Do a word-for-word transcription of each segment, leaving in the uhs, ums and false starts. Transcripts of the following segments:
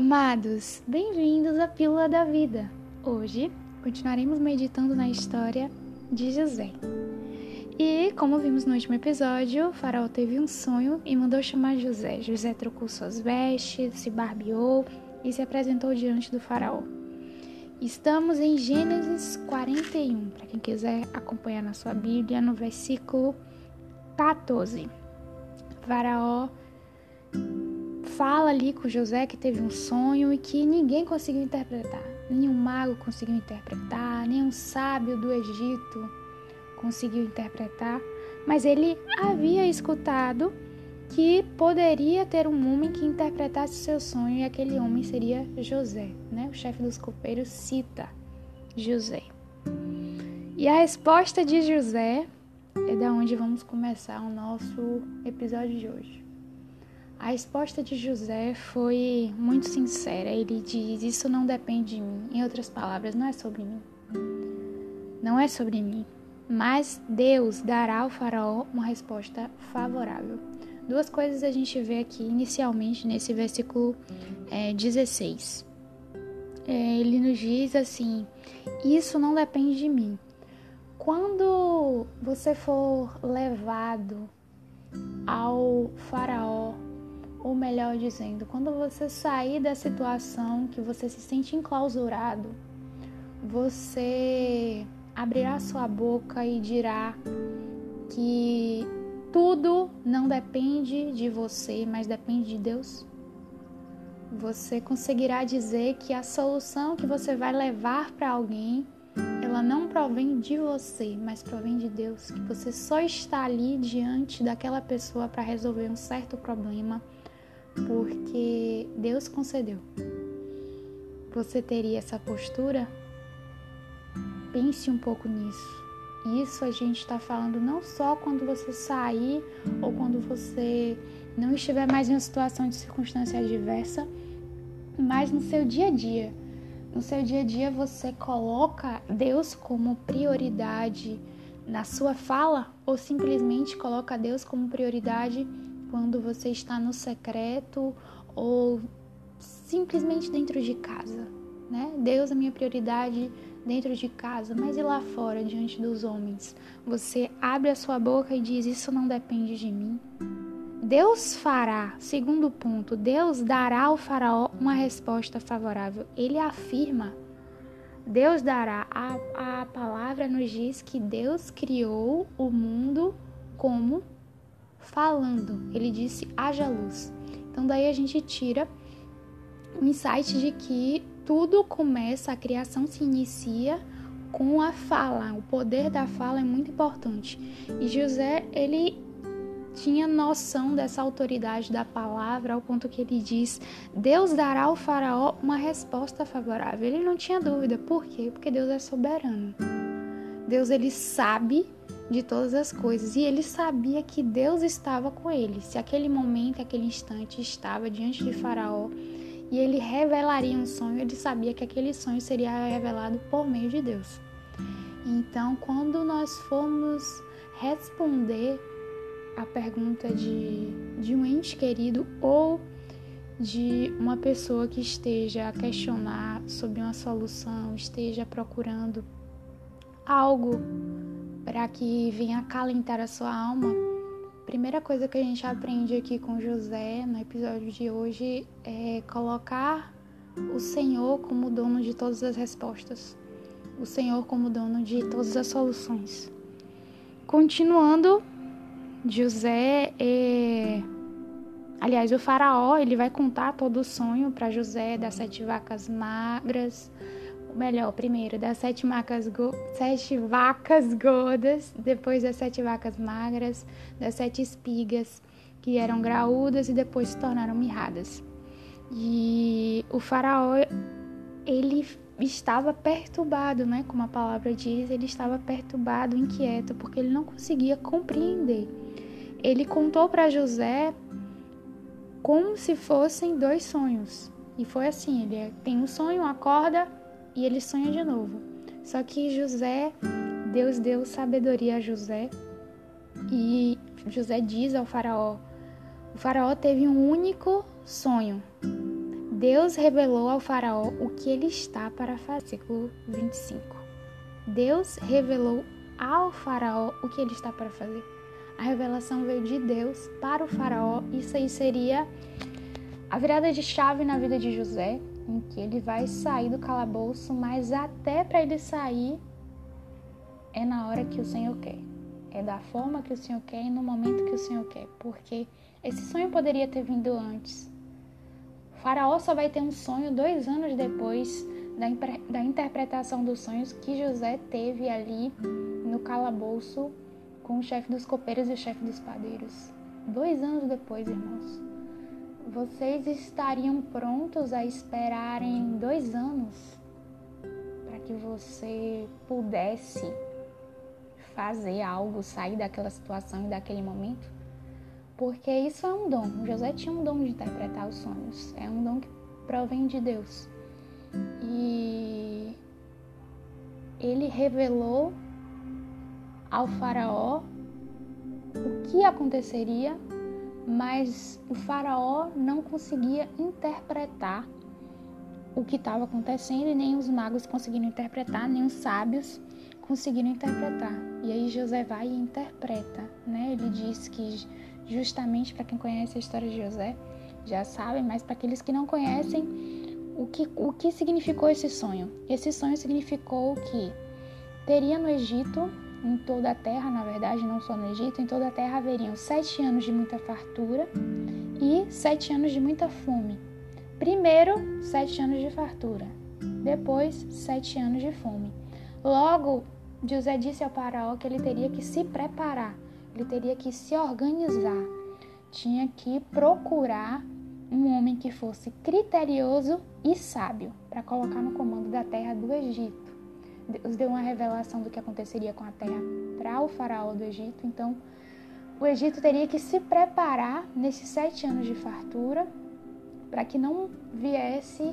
Amados, bem-vindos à Pílula da Vida. Hoje, continuaremos meditando na história de José. E, como vimos no último episódio, o faraó teve um sonho e mandou chamar José. José trocou suas vestes, se barbeou e se apresentou diante do faraó. Estamos em Gênesis quarenta e um, para quem quiser acompanhar na sua Bíblia, no versículo quatorze. O faraó fala ali com José que teve um sonho e que ninguém conseguiu interpretar. Nenhum mago conseguiu interpretar, nenhum sábio do Egito conseguiu interpretar, mas ele havia escutado que poderia ter um homem que interpretasse o seu sonho e aquele homem seria José, né? O chefe dos copeiros cita José. E a resposta de José é da onde vamos começar o nosso episódio de hoje. A resposta de José foi muito sincera. Ele diz: isso não depende de mim. Em outras palavras, não é sobre mim. Não é sobre mim. Mas Deus dará ao faraó uma resposta favorável. Duas coisas a gente vê aqui inicialmente nesse versículo é, dezesseis. É, ele nos diz assim: isso não depende de mim. Quando você for levado ao faraó, ou melhor dizendo, quando você sair da situação que você se sente enclausurado, você abrirá sua boca e dirá que tudo não depende de você, mas depende de Deus? Você conseguirá dizer que a solução que você vai levar para alguém, ela não provém de você, mas provém de Deus, que você só está ali diante daquela pessoa para resolver um certo problema, porque Deus concedeu. Você teria essa postura? Pense um pouco nisso. Isso a gente está falando não só quando você sair ou quando você não estiver mais em uma situação de circunstância adversa, mas no seu dia a dia. No seu dia a dia você coloca Deus como prioridade na sua fala ou simplesmente coloca Deus como prioridade quando você está no secreto ou simplesmente dentro de casa, né? Deus é minha prioridade dentro de casa, mas e lá fora, diante dos homens? Você abre a sua boca e diz: isso não depende de mim. Deus fará, segundo ponto, Deus dará ao faraó uma resposta favorável. Ele afirma, Deus dará. A, a palavra nos diz que Deus criou o mundo como falando. Ele disse: haja luz. Então daí a gente tira o insight de que tudo começa, a criação se inicia com a fala. O poder da fala é muito importante. E José, ele tinha noção dessa autoridade da palavra ao ponto que ele diz: Deus dará ao faraó uma resposta favorável. Ele não tinha dúvida. Por quê? Porque Deus é soberano. Deus, ele sabe de todas as coisas e ele sabia que Deus estava com ele. Se aquele momento, aquele instante estava diante de faraó e ele revelaria um sonho, ele sabia que aquele sonho seria revelado por meio de Deus. Então, quando nós formos responder a pergunta de, de um ente querido ou de uma pessoa que esteja a questionar sobre uma solução, esteja procurando algo para que venha acalentar a sua alma, a primeira coisa que a gente aprende aqui com José no episódio de hoje é colocar o Senhor como dono de todas as respostas, o Senhor como dono de todas as soluções. Continuando, José, é... aliás, o faraó, ele vai contar todo o sonho para José das sete vacas magras, ou melhor, primeiro das sete, macas go... sete vacas gordas, depois das sete vacas magras, das sete espigas que eram graúdas e depois se tornaram mirradas. E o faraó, ele estava perturbado, né? Como a palavra diz, ele estava perturbado, inquieto, porque ele não conseguia compreender. Ele contou para José como se fossem dois sonhos. E foi assim, ele tem um sonho, acorda e ele sonha de novo. Só que José, Deus deu sabedoria a José e José diz ao faraó, o faraó teve um único sonho. Deus revelou ao faraó o que ele está para fazer. Versículo vinte e cinco. Deus revelou ao faraó o que ele está para fazer. A revelação veio de Deus para o faraó. Isso aí seria a virada de chave na vida de José, em que ele vai sair do calabouço, mas até para ele sair é na hora que o Senhor quer. É da forma que o Senhor quer e no momento que o Senhor quer. Porque esse sonho poderia ter vindo antes. O faraó só vai ter um sonho dois anos depois da, da interpretação dos sonhos que José teve ali no calabouço com o chefe dos copeiros e o chefe dos padeiros. Dois anos depois, irmãos. Vocês estariam prontos a esperarem dois anos para que você pudesse fazer algo, sair daquela situação e daquele momento? Porque isso é um dom. José tinha um dom de interpretar os sonhos. É um dom que provém de Deus. E ele revelou ao faraó o que aconteceria, mas o faraó não conseguia interpretar o que estava acontecendo e nem os magos conseguiram interpretar, nem os sábios conseguiram interpretar. E aí José vai e interpreta, né? Ele diz que justamente, para quem conhece a história de José, já sabem, mas para aqueles que não conhecem, o que, o que significou esse sonho? Esse sonho significou que teria no Egito, em toda a terra, na verdade, não só no Egito, em toda a terra haveriam sete anos de muita fartura e sete anos de muita fome. Primeiro, sete anos de fartura, depois, sete anos de fome. Logo, José disse ao faraó que ele teria que se preparar, ele teria que se organizar, tinha que procurar um homem que fosse criterioso e sábio para colocar no comando da terra do Egito. Deus deu uma revelação do que aconteceria com a terra para o faraó do Egito. Então, o Egito teria que se preparar nesses sete anos de fartura para que não viesse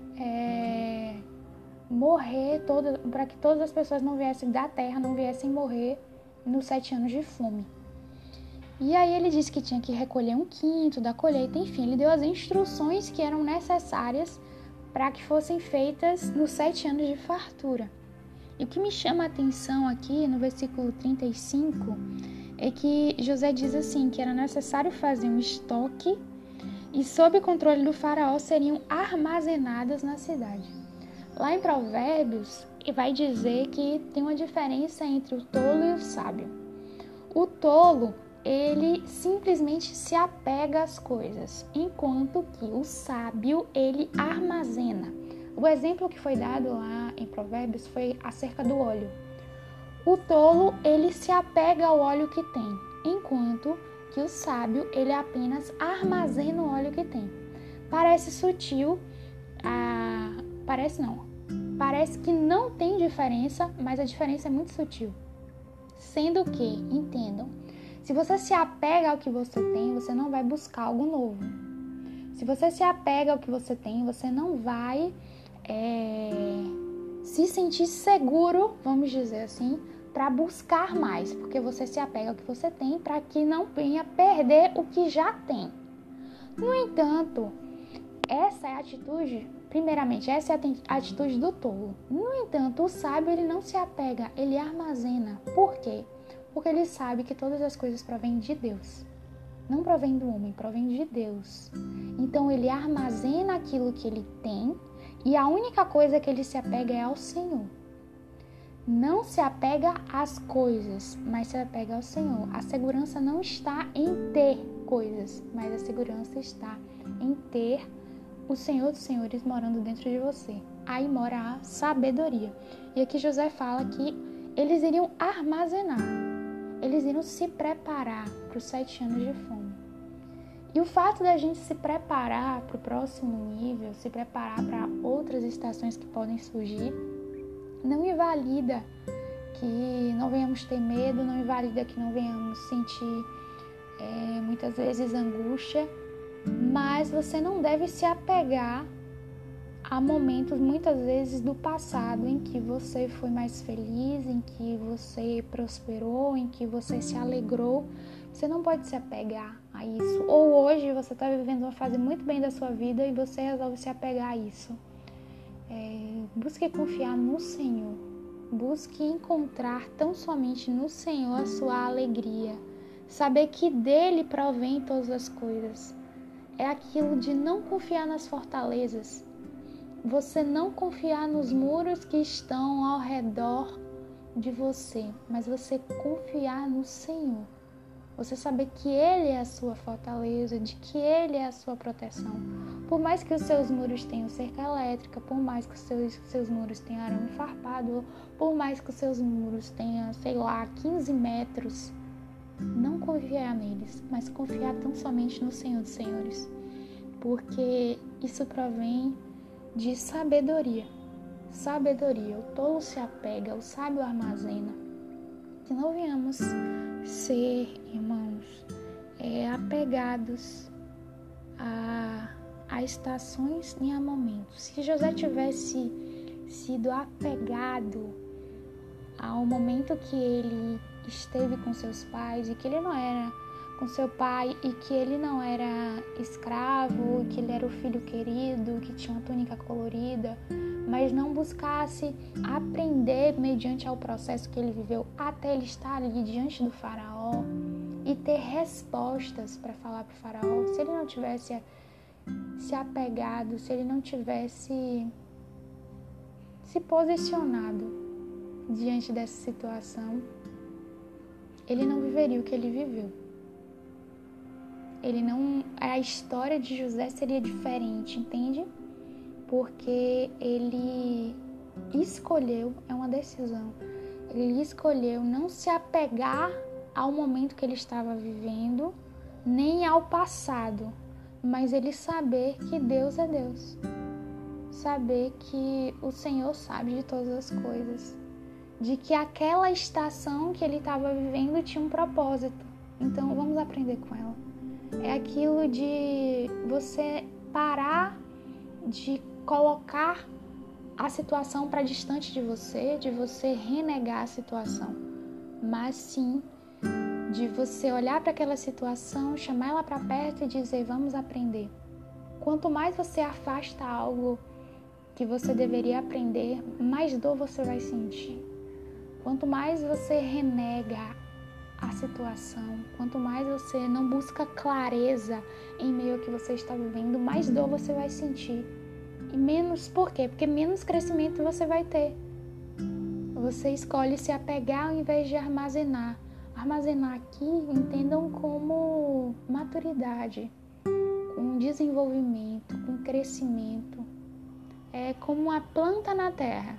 é, morrer, para que todas as pessoas não viessem da terra, não viessem morrer nos sete anos de fome. E aí ele disse que tinha que recolher um quinto da colheita, enfim, ele deu as instruções que eram necessárias para que fossem feitas nos sete anos de fartura. E o que me chama a atenção aqui no versículo trinta e cinco é que José diz assim, que era necessário fazer um estoque e sob controle do faraó seriam armazenadas na cidade. Lá em Provérbios vai dizer que tem uma diferença entre o tolo e o sábio. O tolo, ele simplesmente se apega às coisas, enquanto que o sábio, ele armazena. O exemplo que foi dado lá em Provérbios foi acerca do óleo. O tolo, ele se apega ao óleo que tem, enquanto que o sábio, ele apenas armazena o óleo que tem. Parece sutil, ah, parece não, parece que não tem diferença, mas a diferença é muito sutil. Sendo que, entendam, se você se apega ao que você tem, você não vai buscar algo novo. Se você se apega ao que você tem, você não vai é, se sentir seguro, vamos dizer assim, para buscar mais, porque você se apega ao que você tem para que não venha perder o que já tem. No entanto, essa é a atitude, primeiramente, essa é a atitude do tolo. No entanto, o sábio, ele não se apega, ele armazena. Por quê? Porque ele sabe que todas as coisas provêm de Deus. Não provém do homem, provém de Deus. Então, ele armazena aquilo que ele tem e a única coisa que ele se apega é ao Senhor. Não se apega às coisas, mas se apega ao Senhor. A segurança não está em ter coisas, mas a segurança está em ter o Senhor dos Senhores morando dentro de você. Aí mora a sabedoria. E aqui José fala que eles iriam armazenar, eles iriam se preparar para os sete anos de fome. E o fato da gente se preparar para o próximo nível, se preparar para outras estações que podem surgir, não invalida que não venhamos ter medo, não invalida que não venhamos sentir é, muitas vezes angústia, mas você não deve se apegar a momentos muitas vezes do passado em que você foi mais feliz, em que você prosperou, em que você se alegrou, Você não pode se apegar a isso. Ou hoje você está vivendo uma fase muito bem da sua vida e você resolve se apegar a isso. É, busque confiar no Senhor. Busque encontrar tão somente no Senhor a sua alegria. Saber que dele provém todas as coisas. É aquilo de não confiar nas fortalezas. Você não confiar nos muros que estão ao redor de você, mas você confiar no Senhor. Você saber que Ele é a sua fortaleza, de que Ele é a sua proteção. Por mais que os seus muros tenham cerca elétrica, por mais que os seus, seus muros tenham arame farpado, por mais que os seus muros tenham, sei lá, quinze metros, não confiar neles, mas confiar tão somente no Senhor dos Senhores. Porque isso provém de sabedoria. Sabedoria. O tolo se apega, o sábio armazena. Que não venhamos ser, irmãos, é, apegados a, a estações e a momentos. Se José tivesse sido apegado ao momento que ele esteve com seus pais e que ele não era com seu pai e que ele não era escravo, que ele era o filho querido, que tinha uma túnica colorida, mas não buscasse aprender mediante ao processo que ele viveu até ele estar ali diante do faraó e ter respostas para falar para o faraó, se ele não tivesse se apegado, se ele não tivesse se posicionado diante dessa situação, ele não viveria o que ele viveu. Ele não, a história de José seria diferente, entende? Porque ele escolheu, é uma decisão, ele escolheu não se apegar ao momento que ele estava vivendo, nem ao passado, mas ele saber que Deus é Deus, saber que o Senhor sabe de todas as coisas, de que aquela estação que ele estava vivendo tinha um propósito, então vamos aprender com ela. É aquilo de você parar de colocar a situação para distante de você, de você renegar a situação, mas sim de você olhar para aquela situação, chamar ela para perto e dizer, vamos aprender. Quanto mais você afasta algo que você deveria aprender, mais dor você vai sentir. Quanto mais você renega a situação, quanto mais você não busca clareza em meio ao que você está vivendo, mais dor você vai sentir. E menos, por quê? Porque menos crescimento você vai ter. Você escolhe se apegar ao invés de armazenar. Armazenar aqui, entendam como maturidade, com desenvolvimento, com crescimento. É como uma planta na terra.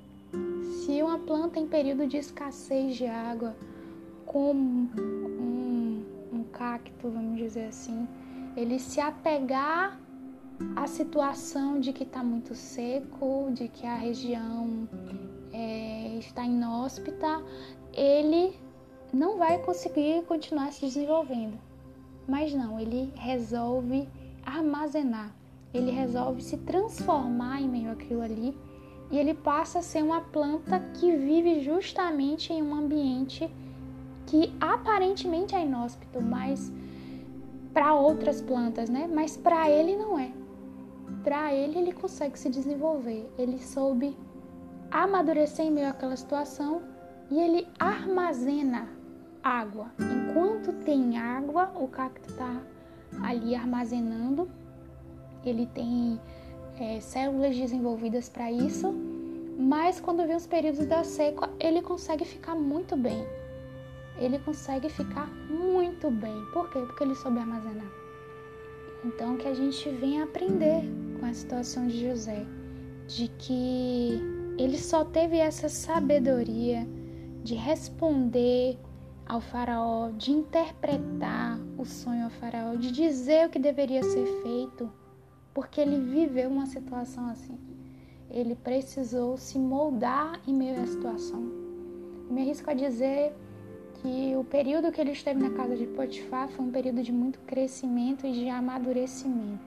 Se uma planta em período de escassez de água, como um, um cacto, vamos dizer assim, ele se apegar à situação de que está muito seco, de que a região é, está inóspita, ele não vai conseguir continuar se desenvolvendo. Mas não, ele resolve armazenar, ele resolve se transformar em meio àquilo ali e ele passa a ser uma planta que vive justamente em um ambiente que aparentemente é inóspito, mas para outras plantas, né? Mas para ele não é. Para ele, ele consegue se desenvolver. Ele soube amadurecer em meio àquela situação e ele armazena água. Enquanto tem água, o cacto está ali armazenando. Ele tem é, células desenvolvidas para isso, mas quando vem os períodos da seca, ele consegue ficar muito bem. Ele consegue ficar muito bem. Por quê? Porque ele soube armazenar. Então, que a gente venha aprender com a situação de José, de que ele só teve essa sabedoria de responder ao faraó, de interpretar o sonho ao faraó, de dizer o que deveria ser feito, porque ele viveu uma situação assim. Ele precisou se moldar em meio à situação. Me arrisco a dizer que o período que ele esteve na casa de Potifar foi um período de muito crescimento e de amadurecimento.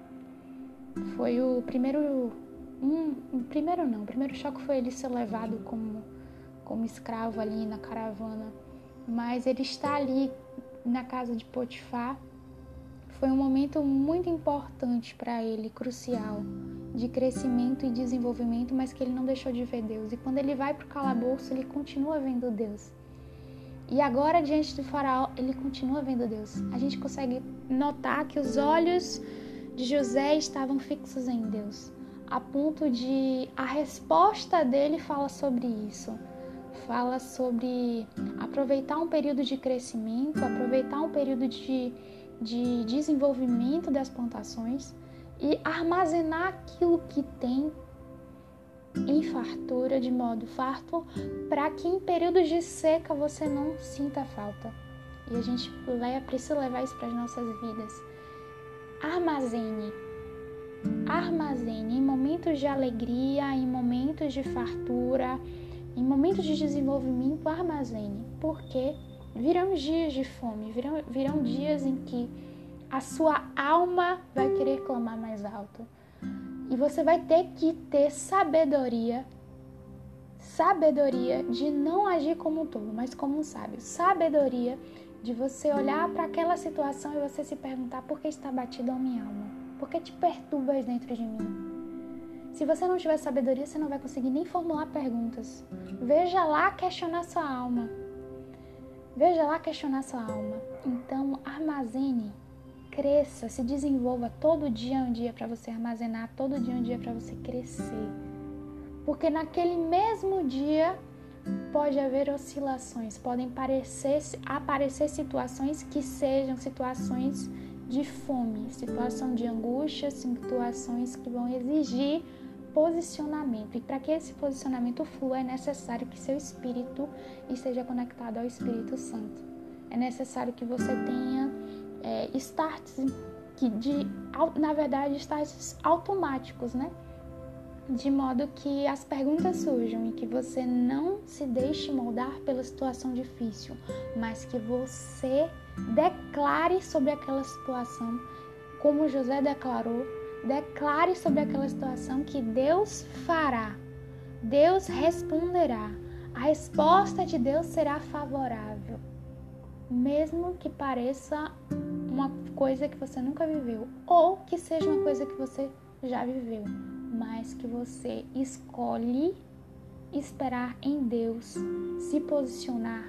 Foi o primeiro, um, o primeiro não, o primeiro choque foi ele ser levado como, como escravo ali na caravana, mas ele está ali na casa de Potifar, foi um momento muito importante para ele, crucial, de crescimento e desenvolvimento, mas que ele não deixou de ver Deus. E quando ele vai para o calabouço, ele continua vendo Deus. E agora, diante do faraó, ele continua vendo Deus. A gente consegue notar que os olhos de José estavam fixos em Deus, a ponto de a resposta dele fala sobre isso. Fala sobre aproveitar um período de crescimento, aproveitar um período de, de desenvolvimento das plantações e armazenar aquilo que tem em fartura, de modo farto, para que em períodos de seca você não sinta falta. E a gente precisa levar isso para as nossas vidas. Armazene. Armazene em momentos de alegria, em momentos de fartura, em momentos de desenvolvimento, armazene. Porque virão dias de fome, virão, virão dias em que a sua alma vai querer clamar mais alto. E você vai ter que ter sabedoria, sabedoria de não agir como um tolo, mas como um sábio. Sabedoria de você olhar para aquela situação e você se perguntar: por que está batida a minha alma? Por que te perturbas dentro de mim? Se você não tiver sabedoria, você não vai conseguir nem formular perguntas. Veja lá questionar sua alma. Veja lá questionar sua alma. Então, armazene. Cresça, se desenvolva. Todo dia é um dia para você armazenar, todo dia é um dia para você crescer. Porque naquele mesmo dia pode haver oscilações, podem parecer, aparecer situações que sejam situações de fome, situação de angústia, situações que vão exigir posicionamento. E para que esse posicionamento flua, é necessário que seu espírito esteja conectado ao Espírito Santo. É necessário que você tenha É, starts que de, na verdade, starts automáticos, né? De modo que as perguntas surjam e que você não se deixe moldar pela situação difícil, mas que você declare sobre aquela situação, como José declarou, declare sobre aquela situação que Deus fará, Deus responderá, a resposta de Deus será favorável, mesmo que pareça uma coisa que você nunca viveu, ou que seja uma coisa que você já viveu, mas que você escolhe esperar em Deus, se posicionar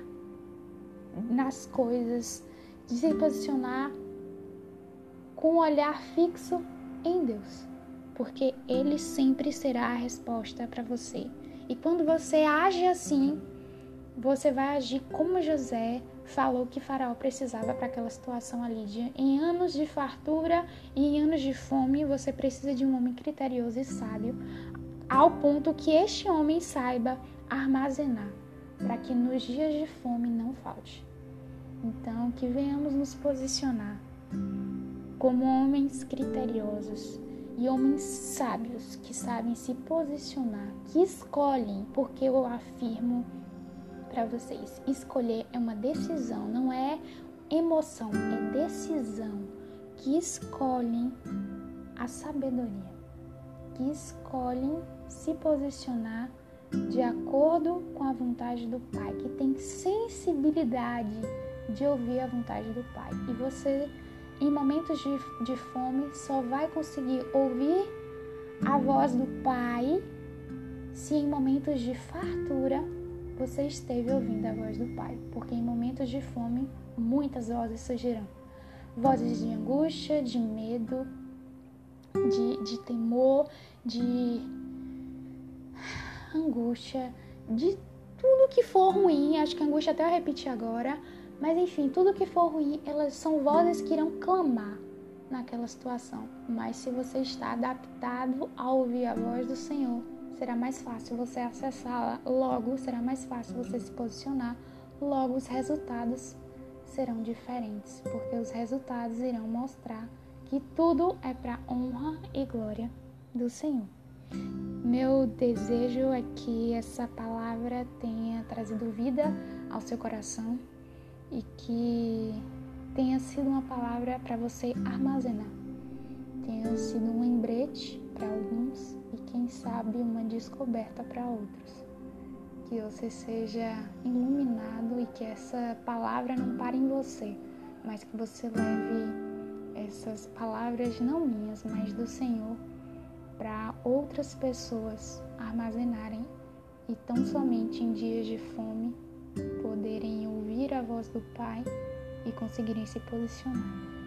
nas coisas, de se posicionar com um olhar fixo em Deus, porque Ele sempre será a resposta para você. E quando você age assim, você vai agir como José falou que Faraó precisava para aquela situação ali. De, em anos de fartura e em anos de fome, você precisa de um homem criterioso e sábio, ao ponto que este homem saiba armazenar, para que nos dias de fome não falte. Então, que venhamos nos posicionar como homens criteriosos e homens sábios que sabem se posicionar, que escolhem, porque eu afirmo para vocês, escolher é uma decisão, não é emoção, é decisão, que escolhem a sabedoria, que escolhem se posicionar de acordo com a vontade do Pai, que tem sensibilidade de ouvir a vontade do Pai. E você, em momentos de, de fome, só vai conseguir ouvir a voz do Pai se em momentos de fartura você esteve ouvindo a voz do Pai, porque em momentos de fome, muitas vozes surgirão. Vozes de angústia, de medo, de, de temor, de angústia, de tudo que for ruim. Acho que angústia até eu repeti agora, mas enfim, tudo que for ruim, elas são vozes que irão clamar naquela situação. Mas se você está adaptado a ouvir a voz do Senhor, será mais fácil você acessá-la, logo será mais fácil você se posicionar, logo os resultados serão diferentes, porque os resultados irão mostrar que tudo é para honra e glória do Senhor. Meu desejo é que essa palavra tenha trazido vida ao seu coração e que tenha sido uma palavra para você armazenar, tenha sido um lembrete para alguns e quem sabe uma descoberta para outros. Que você seja iluminado e que essa palavra não pare em você, mas que você leve essas palavras não minhas, mas do Senhor, para outras pessoas armazenarem e tão somente em dias de fome poderem ouvir a voz do Pai e conseguirem se posicionar.